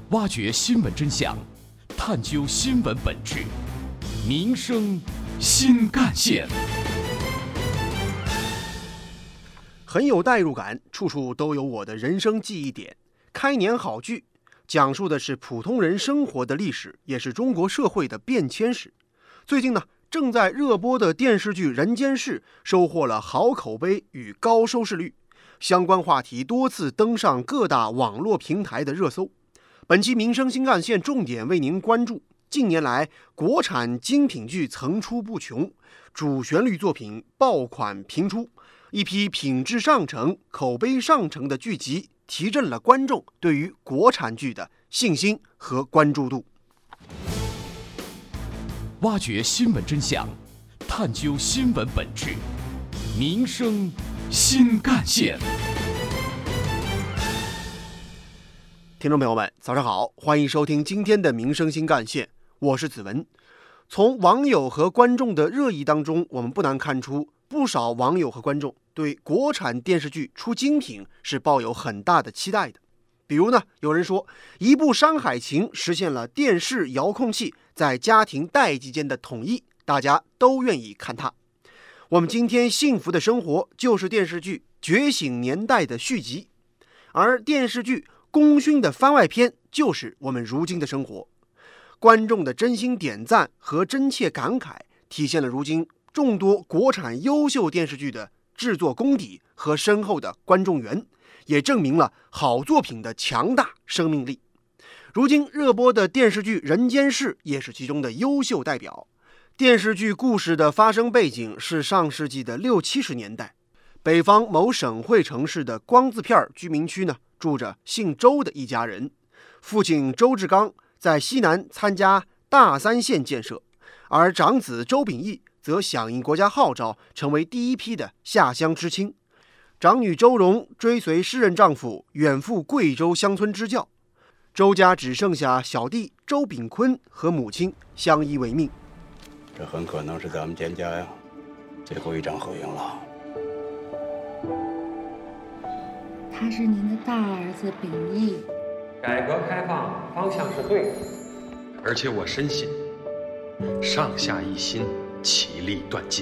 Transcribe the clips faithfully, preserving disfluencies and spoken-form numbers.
挖掘新闻真相，探究新闻本质，民生新干线。 很有代入感，处处都有我的人生记忆点。开年好剧讲述的是普通人生活的历史，也是中国社会的变迁史。最近呢，正在热播的电视剧《人间世》收获了好口碑与高收视率，相关话题多次登上各大网络平台的热搜。本期民生新干线重点为您关注，近年来国产精品剧层出不穷，主旋律作品爆款频出，一批品质上乘、口碑上乘的剧集提振了观众对于国产剧的信心和关注度。 挖掘新闻真相，探究新闻本质，民生新干线。 听众朋友们，早上好，欢迎收听今天的民生新干线，我是子文。从网友和观众的热议当中，我们不难看出，不少网友和观众对国产电视剧出精品是抱有很大的期待的。比如呢，有人说一部《山海情》实现了电视遥控器在家庭代际间的统一，大家都愿意看它。我们今天幸福的生活就是电视剧《觉醒年代》的续集，而电视剧《功勋》的番外篇就是我们如今的生活。观众的真心点赞和真切感慨，体现了如今众多国产优秀电视剧的制作功底和深厚的观众缘，也证明了好作品的强大生命力。如今热播的电视剧《人间世》也是其中的优秀代表。电视剧故事的发生背景是上世纪的六七十年代，北方某省会城市的光字片居民区呢，住着姓周的一家人。父亲周志刚在西南参加大三线建设，而长子周秉义则响应国家号召，成为第一批的下乡知青。长女周蓉追随诗人丈夫远赴贵州乡村支教。周家只剩下小弟周炳坤和母亲相依为命。 这很可能是咱们田家呀最后一张合影了。 他是您的大儿子秉义。 改革开放方向是对的， 而且我深信上下一心，其利断金。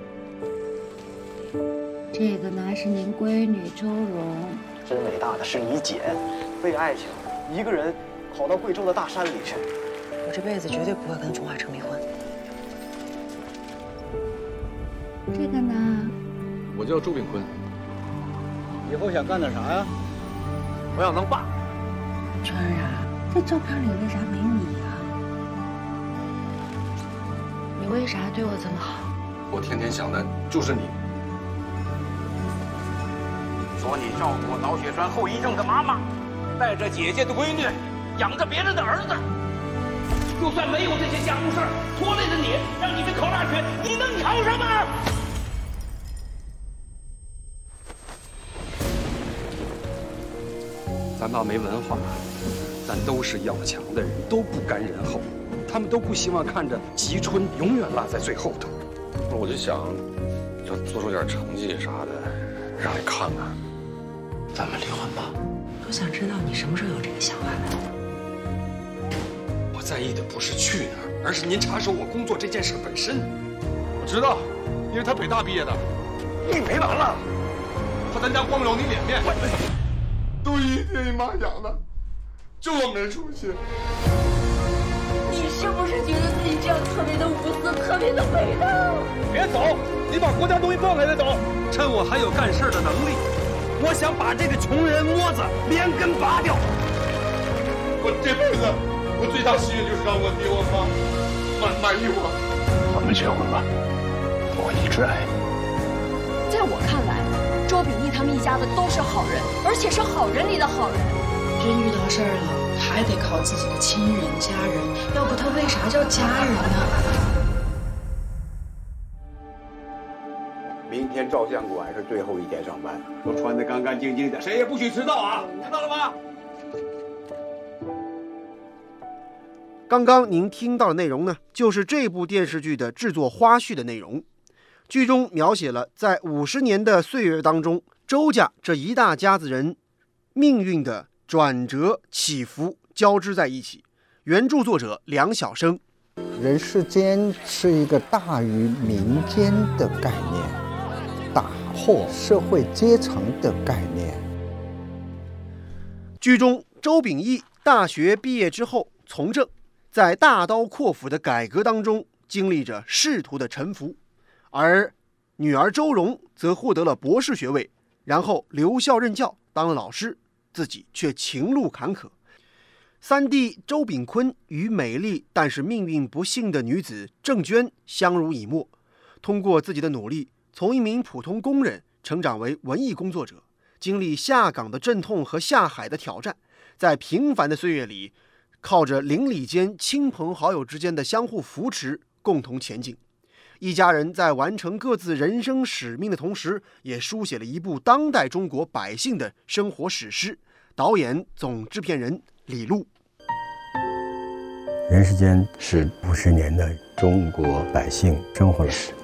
这个呢是您闺女周蓉。 真伟大的是你姐，为爱情一个人跑到贵州的大山里去。 我这辈子绝对不会跟钟华成离婚。 这个呢？ 我叫周炳坤。 以后想干点啥呀？ 我想当爸。 春儿啊，这照片里为啥没你啊？你为啥对我这么好？ 我天天想的就是你。 说你照顾脑血栓后遗症的妈妈，带着姐姐的闺女，养着别人的儿子。就算没有这些家务事儿，拖累了你，让你去考大学，你能考上吗？ 咱爸没文化，咱都是要强的人，都不甘人后，他们都不希望看着吉春永远落在最后头。 我就想，就做出点成绩啥的，让你看看。 咱们离婚吧。我想知道你什么时候有这个想法的。 我在意的不是去哪儿，而是您插手我工作这件事本身。 我知道，因为他北大毕业的。你没完了！怕咱家光不了你脸面。都一爹一妈养的，就我没出息。 你是不是觉得自己这样特别的无私，特别的伟大？ 别走，你把国家东西放开再走。 趁我还有干事的能力，我想把这个穷人窝子连根拔掉。 我这辈子，我最大心愿就是让我爹我妈满满意我。 我们结婚吧，我一直爱你。 在我看来，周秉义他们一家子都是好人，而且是好人里的好人。 真遇到事儿了，还得靠自己的亲人家人，要不他为啥叫家人呢？ 明天照相馆是最后一天上班，都穿得干干净净的，谁也不许迟到啊！知道了吗？ 刚刚您听到的内容呢，就是这部电视剧的制作花絮的内容。剧中描写了在五十年的岁月当中，周家这一大家子人命运的转折起伏交织在一起。原著作者梁晓声。 人世间是一个大于民间的概念，打破社会阶层的概念。 剧中周秉义大学毕业之后从政，在大刀阔斧的改革当中经历着仕途的沉浮，而女儿周蓉则获得了博士学位，然后留校任教当了老师，自己却情路坎坷。三弟周秉昆与美丽但是命运不幸的女子郑娟相濡以沫，通过自己的努力，从一名普通工人成长为文艺工作者，经历下岗的阵痛和下海的挑战，在平凡的岁月里，靠着邻里间亲朋好友之间的相互扶持，共同前进。一家人在完成各自人生使命的同时，也书写了一部当代中国百姓的生活史诗。导演、总制片人李路。 人世间是五十年的中国百姓生活史，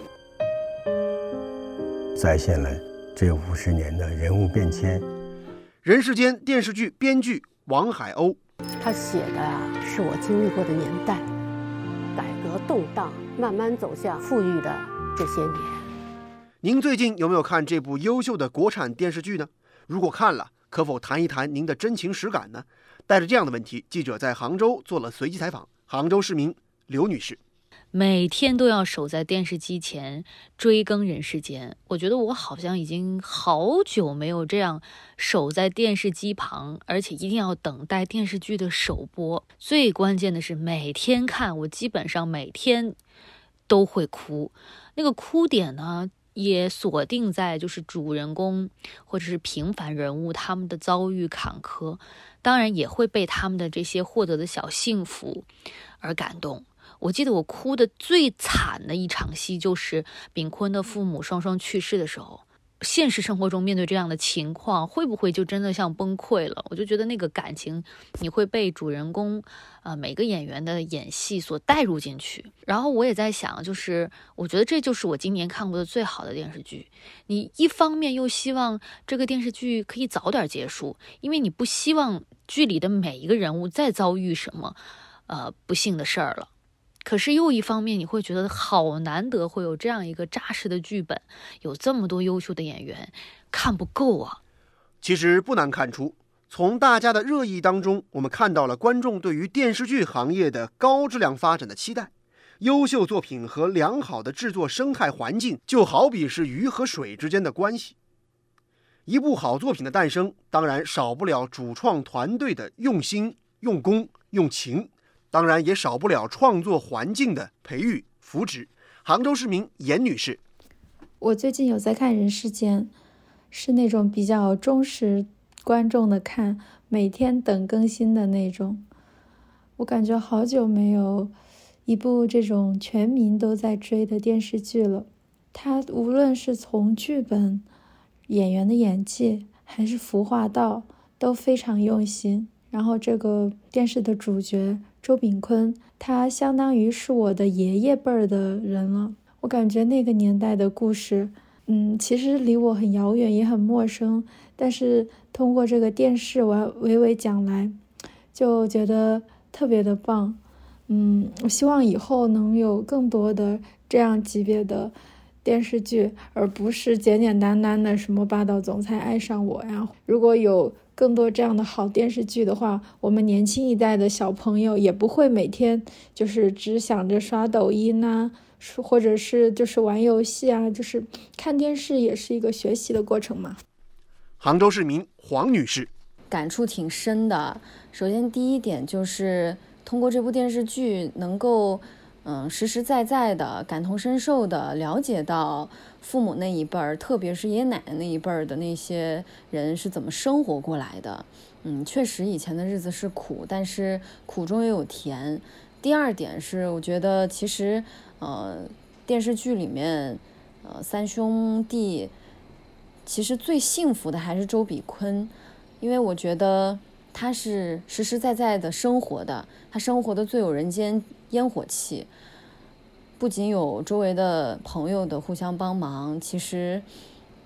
再现了这五十年的人物变迁。 人世间电视剧编剧王海鸥， 他写的啊，是我经历过的年代，改革动荡，慢慢走向富裕的这些年。 您最近有没有看这部优秀的国产电视剧呢？如果看了，可否谈一谈您的真情实感呢？带着这样的问题，记者在杭州做了随机采访。杭州市民刘女士， 每天都要守在电视机前追更人世间，我觉得我好像已经好久没有这样守在电视机旁，而且一定要等待电视剧的首播。最关键的是每天看，我基本上每天都会哭，那个哭点呢也锁定在就是主人公或者是平凡人物他们的遭遇坎坷，当然也会被他们的这些获得的小幸福而感动。我记得我哭的最惨的一场戏就是秉昆的父母双双去世的时候，现实生活中面对这样的情况，会不会就真的像崩溃了？我就觉得那个感情，你会被主人公，呃，每个演员的演戏所带入进去。然后我也在想，就是我觉得这就是我今年看过的最好的电视剧。你一方面又希望这个电视剧可以早点结束，因为你不希望剧里的每一个人物再遭遇什么，呃，不幸的事儿了。可是又一方面你会觉得好难得会有这样一个扎实的剧本，有这么多优秀的演员，看不够啊。 其实不难看出，从大家的热议当中，我们看到了观众对于电视剧行业的高质量发展的期待。优秀作品和良好的制作生态环境，就好比是鱼和水之间的关系。一部好作品的诞生，当然少不了主创团队的用心、用功、用情，当然也少不了创作环境的培育扶持。杭州市民严女士， 我最近有在看《人世间》，是那种比较忠实观众的看，每天等更新的那种。我感觉好久没有一部这种全民都在追的电视剧了。它无论是从剧本、演员的演技，还是服化道，都非常用心。然后这个电视的主角周秉昆，他相当于是我的爷爷辈儿的人了。我感觉那个年代的故事，嗯，其实离我很遥远，也很陌生。但是通过这个电视娓娓讲来，就觉得特别的棒。嗯，我希望以后能有更多的这样级别的电视剧，而不是简简单单的什么霸道总裁爱上我呀。如果有更多这样的好电视剧的话，我们年轻一代的小朋友也不会每天就是只想着刷抖音啊，或者是就是玩游戏啊，就是看电视也是一个学习的过程嘛。 杭州市民黄女士， 感触挺深的。首先第一点就是通过这部电视剧能够嗯，实实在在的感同身受的了解到父母那一辈儿，特别是爷爷奶奶那一辈儿的那些人是怎么生活过来的。嗯，确实以前的日子是苦，但是苦中也有甜。第二点是，我觉得其实呃电视剧里面呃三兄弟其实最幸福的还是周秉昆，因为我觉得他是实实在在的生活的，他生活的最有人间烟火气，不仅有周围的朋友的互相帮忙，其实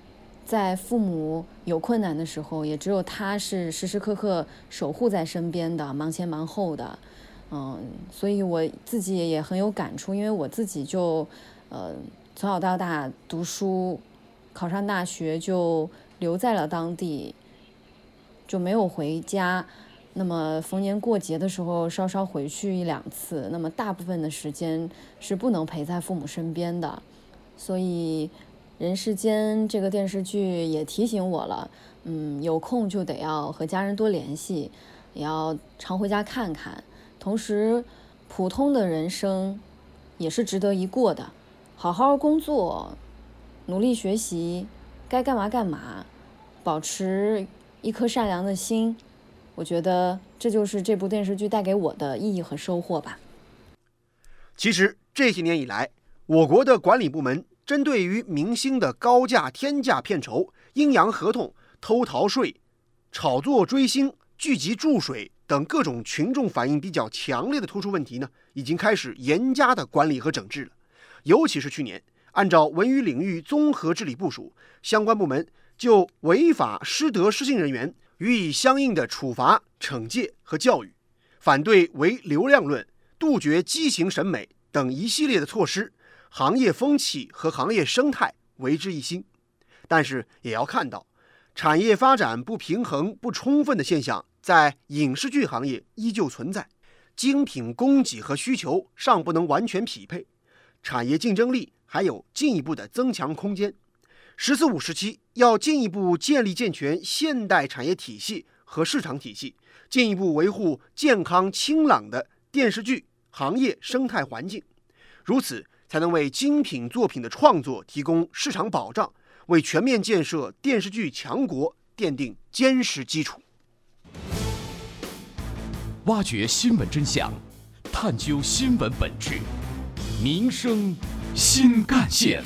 在父母有困难的时候，也只有他是时时刻刻守护在身边的，忙前忙后的。嗯，所以我自己也很有感触，因为我自己就呃从小到大读书，考上大学就留在了当地，就没有回家。那么逢年过节的时候稍稍回去一两次，那么大部分的时间是不能陪在父母身边的。所以人世间这个电视剧也提醒我了，嗯，有空就得要和家人多联系，也要常回家看看。同时普通的人生也是值得一过的，好好工作，努力学习，该干嘛干嘛，保持一颗善良的心，我觉得这就是这部电视剧带给我的意义和收获吧。 其实这些年以来，我国的管理部门针对于明星的高价天价片酬、阴阳合同、偷逃税、炒作追星、聚集注水等各种群众反应比较强烈的突出问题呢，已经开始严加的管理和整治了。尤其是去年，按照文娱领域综合治理部署，相关部门就违法失德失信人员予以相应的处罚、惩戒和教育，反对唯流量论、杜绝畸形审美等一系列的措施，行业风气和行业生态为之一新。但是也要看到，产业发展不平衡、不充分的现象在影视剧行业依旧存在，精品供给和需求尚不能完全匹配，产业竞争力还有进一步的增强空间。十四五时期要进一步建立健全现代产业体系和市场体系，进一步维护健康清朗的电视剧行业生态环境，如此才能为精品作品的创作提供市场保障，为全面建设电视剧强国奠定坚实基础。 挖掘新闻真相，探究新闻本质，民生新干线。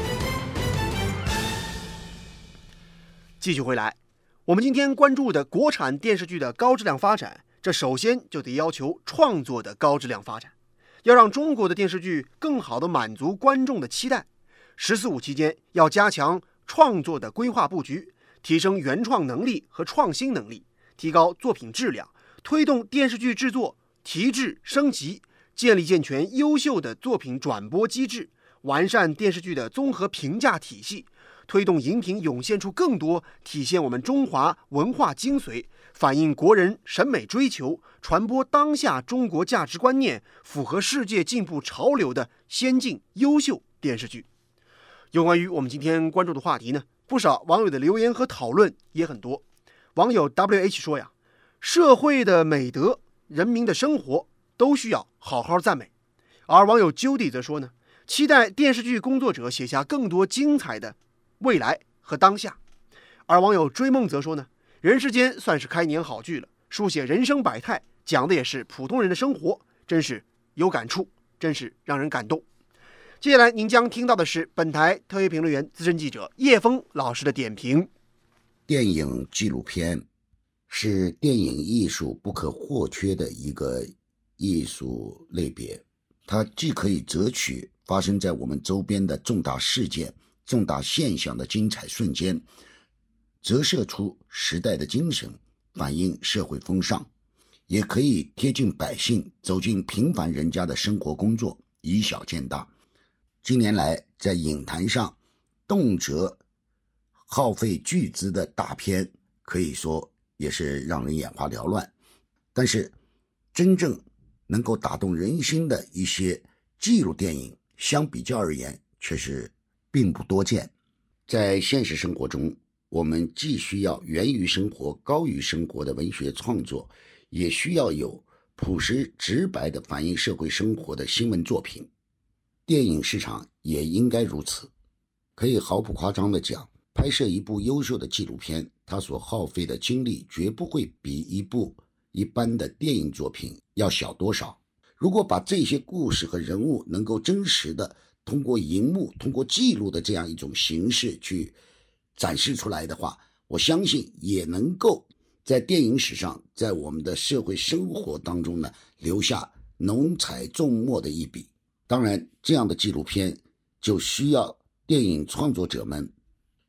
继续回来，我们今天关注的国产电视剧的高质量发展，这首先就得要求创作的高质量发展，要让中国的电视剧更好地满足观众的期待。十四五期间要加强创作的规划布局，提升原创能力和创新能力，提高作品质量，推动电视剧制作提质升级，建立健全优秀的作品转播机制，完善电视剧的综合评价体系，推动荧屏涌现出更多体现我们中华文化精髓、反映国人审美追求、传播当下中国价值观念、符合世界进步潮流的先进优秀电视剧。有关于我们今天关注的话题呢，不少网友的留言和讨论也很多。网友 W H 说呀，社会的美德、人民的生活都需要好好赞美。而网友 Judy 则说呢，期待电视剧工作者写下更多精彩的未来和当下。而网友追梦则说呢，人世间算是开年好剧了，书写人生百态，讲的也是普通人的生活，真是有感触，真是让人感动。接下来您将听到的是本台特约评论员、资深记者叶峰老师的点评。 电影纪录片是电影艺术不可或缺的一个艺术类别，它既可以择取发生在我们周边的重大事件、重大现象的精彩瞬间，折射出时代的精神，反映社会风尚，也可以贴近百姓，走进平凡人家的生活工作，以小见大。近年来在影坛上动辄耗费巨资的大片，可以说也是让人眼花缭乱，但是真正能够打动人心的一些纪录电影，相比较而言却是并不多见。在现实生活中，我们既需要源于生活、高于生活的文学创作，也需要有朴实直白的反映社会生活的新闻作品。电影市场也应该如此。可以毫不夸张地讲，拍摄一部优秀的纪录片，它所耗费的精力绝不会比一部一般的电影作品要小多少。如果把这些故事和人物能够真实的通过荧幕、通过记录的这样一种形式去展示出来的话，我相信也能够在电影史上，在我们的社会生活当中呢，留下浓彩重墨的一笔。当然，这样的纪录片就需要电影创作者们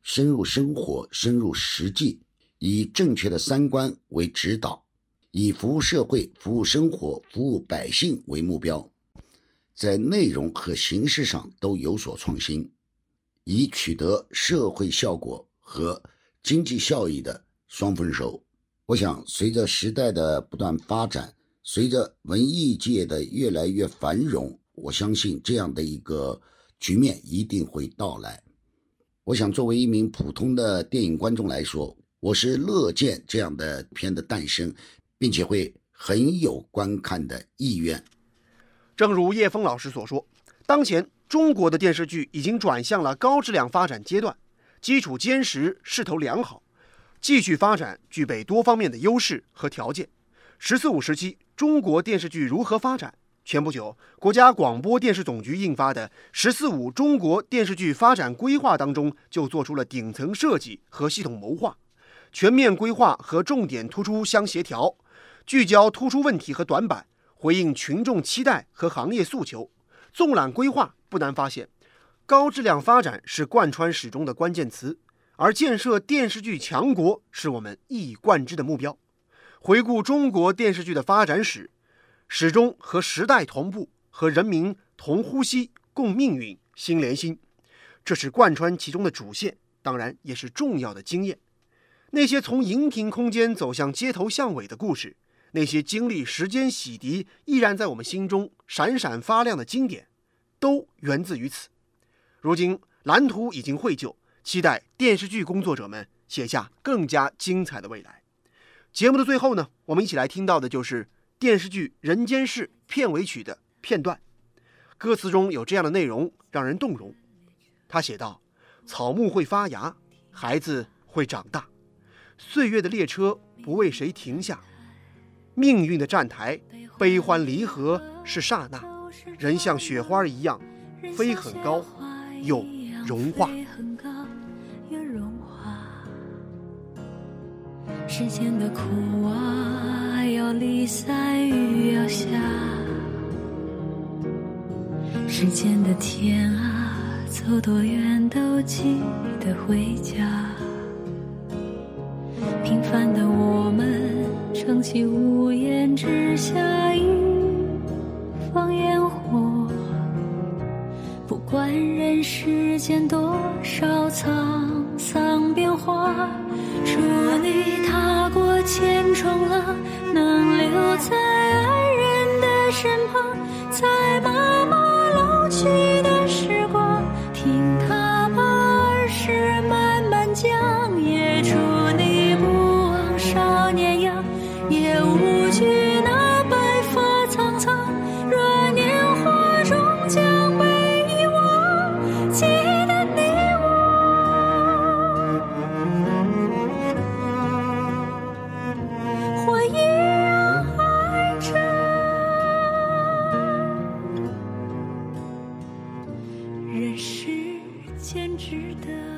深入生活，深入实际，以正确的三观为指导，以服务社会、服务生活、服务百姓为目标，在内容和形式上都有所创新，以取得社会效果和经济效益的双丰收。我想随着时代的不断发展，随着文艺界的越来越繁荣，我相信这样的一个局面一定会到来。我想作为一名普通的电影观众来说，我是乐见这样的片的诞生，并且会很有观看的意愿。 正如叶峰老师所说，当前中国的电视剧已经转向了高质量发展阶段，基础坚实，势头良好，继续发展具备多方面的优势和条件。十四五时期中国电视剧如何发展？前不久，国家广播电视总局印发的《十四五中国电视剧发展规划》当中就做出了顶层设计和系统谋划，全面规划和重点突出相协调，聚焦突出问题和短板，回应群众期待和行业诉求。纵览规划，不难发现，高质量发展是贯穿始终的关键词，而建设电视剧强国是我们一以贯之的目标。回顾中国电视剧的发展史，始终和时代同步，和人民同呼吸，共命运，心连心，这是贯穿其中的主线，当然也是重要的经验。那些从荧屏空间走向街头巷尾的故事，那些经历时间洗涤依然在我们心中闪闪发亮的经典，都源自于此。如今蓝图已经绘就，期待电视剧工作者们写下更加精彩的未来。节目的最后呢，我们一起来听到的就是电视剧《人间世》片尾曲的片段，歌词中有这样的内容，让人动容。他写道：草木会发芽，孩子会长大，岁月的列车不为谁停下，命运的站台，悲欢离合是刹那，人像雪花一样飞很高，又融化。 世间的苦啊，要离散雨要下，世间的天啊，走多远都记得回家。平凡的我们撑起屋檐之下一放烟火，不管人世间多少沧桑变化，祝你踏过千重浪，能留在爱人的身旁，在妈妈老去的时光，听她把儿时慢慢讲，也祝你不忘少年样，也无惧那白发苍苍，若年华终将被遗忘，记得你我一样爱着。人世间值得